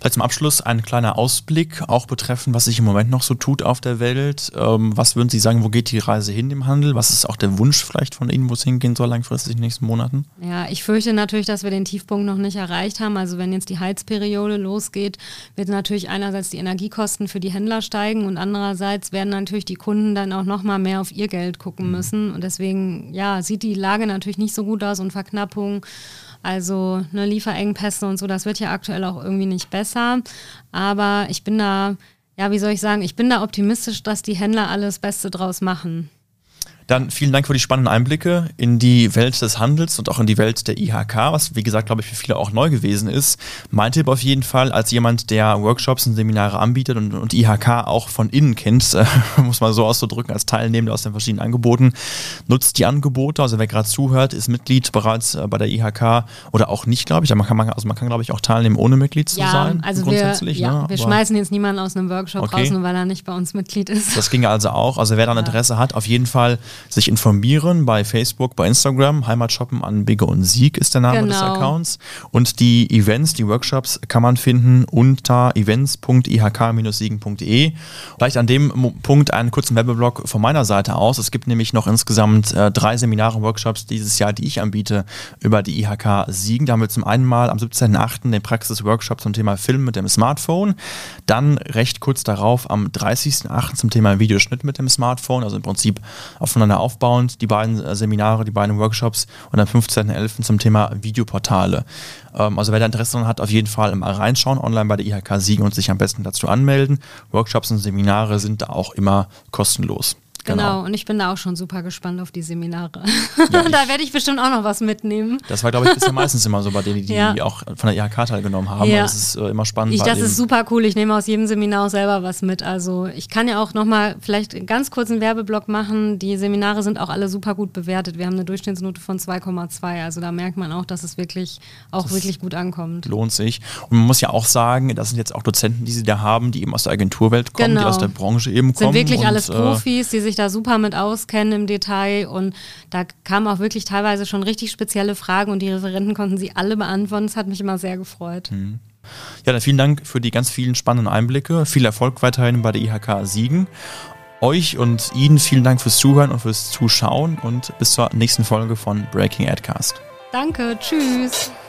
Abschluss ein kleiner Ausblick, auch betreffend, was sich im Moment noch so tut auf der Welt. Was würden Sie sagen, wo geht die Reise hin im Handel? Was ist auch der Wunsch vielleicht von Ihnen, wo es hingehen soll langfristig in den nächsten Monaten? Ja, ich fürchte natürlich, dass wir den Tiefpunkt noch nicht erreicht haben. Also wenn jetzt die Heizperiode losgeht, wird natürlich einerseits die Energiekosten für die Händler steigen und andererseits werden natürlich die Kunden dann auch noch mal mehr auf ihr Geld gucken müssen. Und deswegen, ja, sieht die Lage natürlich nicht so gut aus und Verknappung. Also Lieferengpässe und so, das wird ja aktuell auch irgendwie nicht besser. Aber ich bin da, ja, wie soll ich sagen, ich bin da optimistisch, dass die Händler alles Beste draus machen. Dann vielen Dank für die spannenden Einblicke in die Welt des Handels und auch in die Welt der IHK, was wie gesagt, glaube ich, für viele auch neu gewesen ist. Mein Tipp auf jeden Fall, als jemand, der Workshops und Seminare anbietet und IHK auch von innen kennt, muss man so auszudrücken, als Teilnehmender aus den verschiedenen Angeboten, nutzt die Angebote. Also wer gerade zuhört, ist Mitglied bereits bei der IHK oder auch nicht, glaube ich. Man kann, glaube ich, auch teilnehmen, ohne Mitglied zu sein. Also wir schmeißen jetzt niemanden aus einem Workshop raus, nur weil er nicht bei uns Mitglied ist. Das ginge also auch. Also wer da Interesse hat, auf jeden Fall sich informieren bei Facebook, bei Instagram. Heimatshoppen an Bigge und Sieg ist der Name des Accounts. Und die Events, die Workshops kann man finden unter events.ihk-siegen.de. Vielleicht an dem Punkt einen kurzen Werbeblock von meiner Seite aus. Es gibt nämlich noch insgesamt 3 Seminare und Workshops dieses Jahr, die ich anbiete über die IHK Siegen. Da haben wir zum einen mal am 17.08. den Praxis-Workshop zum Thema Film mit dem Smartphone. Dann recht kurz darauf am 30.08. zum Thema Videoschnitt mit dem Smartphone. Also im Prinzip aufeinander aufbauend, die beiden Seminare, die beiden Workshops und am 15.11. zum Thema Videoportale. Also wer da Interesse daran hat, auf jeden Fall mal reinschauen, online bei der IHK Siegen und sich am besten dazu anmelden. Workshops und Seminare sind da auch immer kostenlos. Genau, und ich bin da auch schon super gespannt auf die Seminare. Ja, da werde ich bestimmt auch noch was mitnehmen. Das war, glaube ich, bisher meistens immer so bei denen, die auch von der IHK teilgenommen haben. Ja. Das ist immer spannend. Das ist super cool. Ich nehme aus jedem Seminar auch selber was mit. Also ich kann ja auch nochmal vielleicht ganz kurz einen Werbeblock machen. Die Seminare sind auch alle super gut bewertet. Wir haben eine Durchschnittsnote von 2,2. Also da merkt man auch, dass es wirklich gut ankommt. Lohnt sich. Und man muss ja auch sagen, das sind jetzt auch Dozenten, die sie da haben, die eben aus der Agenturwelt kommen, die aus der Branche eben kommen. Sind wirklich alles Profis, die sich da super mit auskennen im Detail und da kamen auch wirklich teilweise schon richtig spezielle Fragen und die Referenten konnten sie alle beantworten. Das hat mich immer sehr gefreut. Ja, dann vielen Dank für die ganz vielen spannenden Einblicke. Viel Erfolg weiterhin bei der IHK Siegen. Euch und Ihnen vielen Dank fürs Zuhören und fürs Zuschauen und bis zur nächsten Folge von Breaking Adcast. Danke, tschüss.